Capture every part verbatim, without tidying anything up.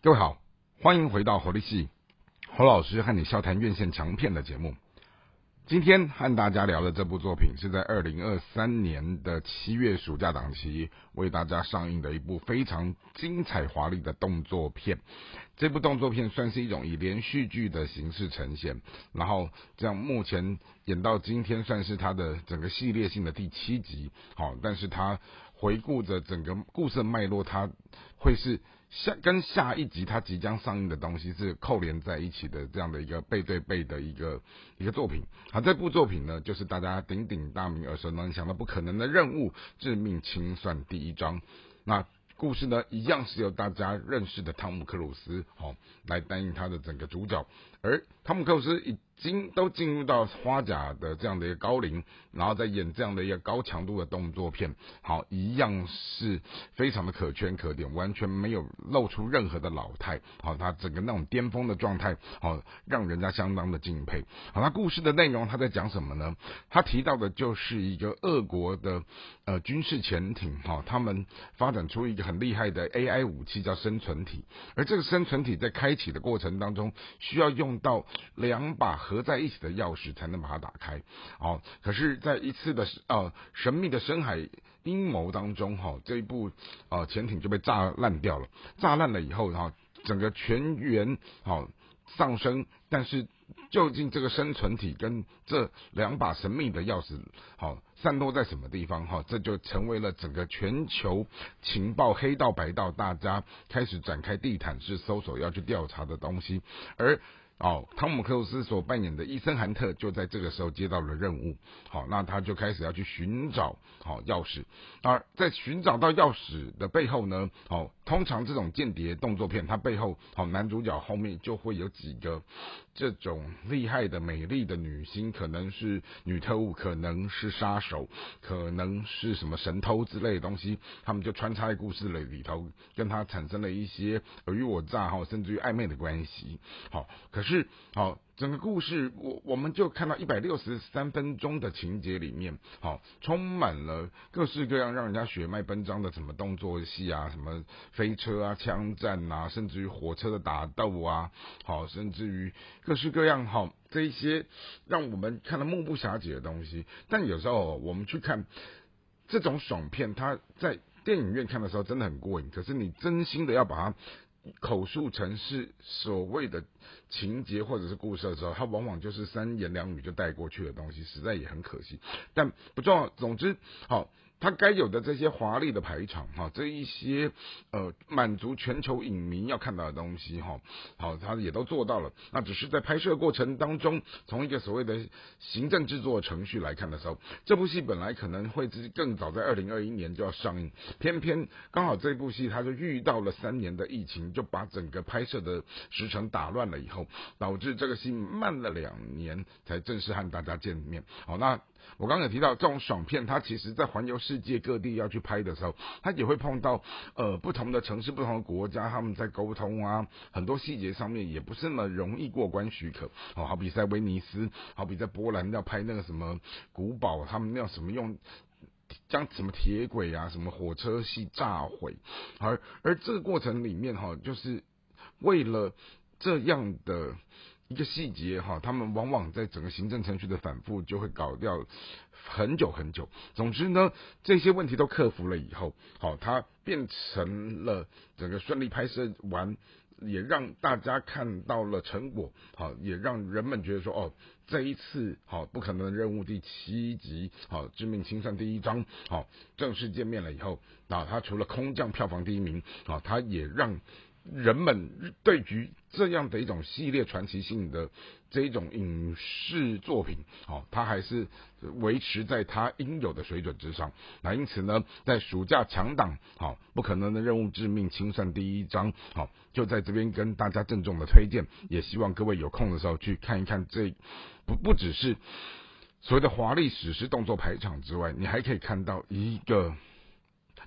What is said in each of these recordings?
各位好，欢迎回到活力系侯老师和你笑谈院线强片的节目。今天和大家聊的这部作品是在二零二三年的七月暑假档期为大家上映的一部非常精彩华丽的动作片。这部动作片算是一种以连续剧的形式呈现，然后这样目前演到今天算是它的整个系列性的第七集。好，但是它回顾着整个故事脉络，它会是下跟下一集它即将上映的东西是扣连在一起的，这样的一个背对背的一个一个作品。好，这部作品呢，就是大家鼎鼎大名、耳熟能详的《不可能的任务：致命清算》第一章。那故事呢，一样是由大家认识的汤姆克鲁斯好、哦、来担任他的整个主角，而汤姆克鲁斯已经都进入到花甲的这样的一个高龄，然后再演这样的一个高强度的动作片，好，一样是非常的可圈可点，完全没有露出任何的老态，好，他整个那种巅峰的状态，好，让人家相当的敬佩。好，那故事的内容他在讲什么呢？他提到的就是一个俄国的呃军事潜艇，好，他们发展出一个很厉害的 A I 武器叫生存体，而这个生存体在开启的过程当中，需要用到两把合在一起的钥匙才能把它打开。哦，可是，在一次的呃神秘的深海阴谋当中，哈、哦，这一部呃潜艇就被炸烂掉了。炸烂了以后，哈、哦，整个全员好上升，但是究竟这个生存体跟这两把神秘的钥匙，好散落在什么地方？哈，这就成为了整个全球情报黑道白道大家开始展开地毯式搜索要去调查的东西。而哦，汤姆克鲁斯所扮演的伊森汉特就在这个时候接到了任务，好，那他就开始要去寻找好钥匙。而在寻找到钥匙的背后呢，好，通常这种间谍动作片，它背后好男主角后面就会有几个这种厉害的美丽的女星，可能是女特务，可能是杀手，可能是什么神偷之类的东西，他们就穿插在故事里头，跟他产生了一些尔虞我诈哈，甚至于暧昧的关系。好，可是是好，整个故事我我们就看到一百六十三分钟的情节里面，好，充满了各式各样让人家血脉奔张的什么动作戏啊，什么飞车啊、枪战啊，甚至于火车的打斗啊，好，甚至于各式各样好这一些让我们看得目不暇接的东西。但有时候我们去看这种爽片，它在电影院看的时候真的很过瘾，可是你真心的要把它口述成是所谓的情节或者是故事的时候，它往往就是三言两语就带过去的东西，实在也很可惜。但不重要，总之好，它该有的这些华丽的排场哈，这一些呃满足全球影迷要看到的东西哈，好，它也都做到了。那只是在拍摄过程当中，从一个所谓的行政制作程序来看的时候，这部戏本来可能会更早在二零二一年就要上映，偏偏刚好这部戏它就遇到了三年的疫情，就把整个拍摄的时程打乱了以后，导致这个戏慢了两年才正式和大家见面。好，那我刚刚有提到这种爽片，它其实在环游世界各地要去拍的时候，它也会碰到呃不同的城市、不同的国家，他们在沟通啊，很多细节上面也不是那么容易过关许可。哦，好比在威尼斯，好比在波兰要拍那个什么古堡，他们要什么用将什么铁轨啊、什么火车系炸毁，而而这个过程里面哈，就是为了这样的一个细节哈，他们往往在整个行政程序的反复就会搞掉很久很久。总之呢，这些问题都克服了以后，好，它变成了整个顺利拍摄完，也让大家看到了成果，好，也让人们觉得说，哦，这一次好不可能的任务第七集，好，致命清算第一章，好，正式见面了以后，啊，它除了空降票房第一名，啊，它也让人们对于这样的一种系列传奇性的这一种影视作品，好，它还是维持在它应有的水准之上。那因此呢，在暑假强档，好，不可能的任务致命清算第一章，好，就在这边跟大家郑重的推荐，也希望各位有空的时候去看一看这不不只是所谓的华丽史诗动作排场之外，你还可以看到一个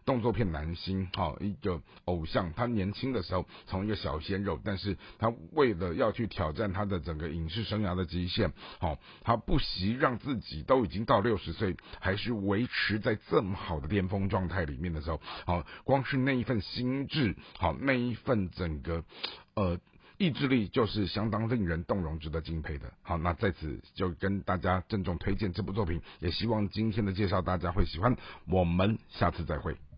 动作片男星，好、哦、一个偶像，他年轻的时候从一个小鲜肉，但是他为了要去挑战他的整个影视生涯的极限，好、哦，他不惜让自己都已经到六十岁，还是维持在这么好的巅峰状态里面的时候，好、哦，光是那一份心智，好、哦，那一份整个呃。意志力就是相当令人动容，值得敬佩的。好，那在此就跟大家郑重推荐这部作品，也希望今天的介绍大家会喜欢。我们下次再会。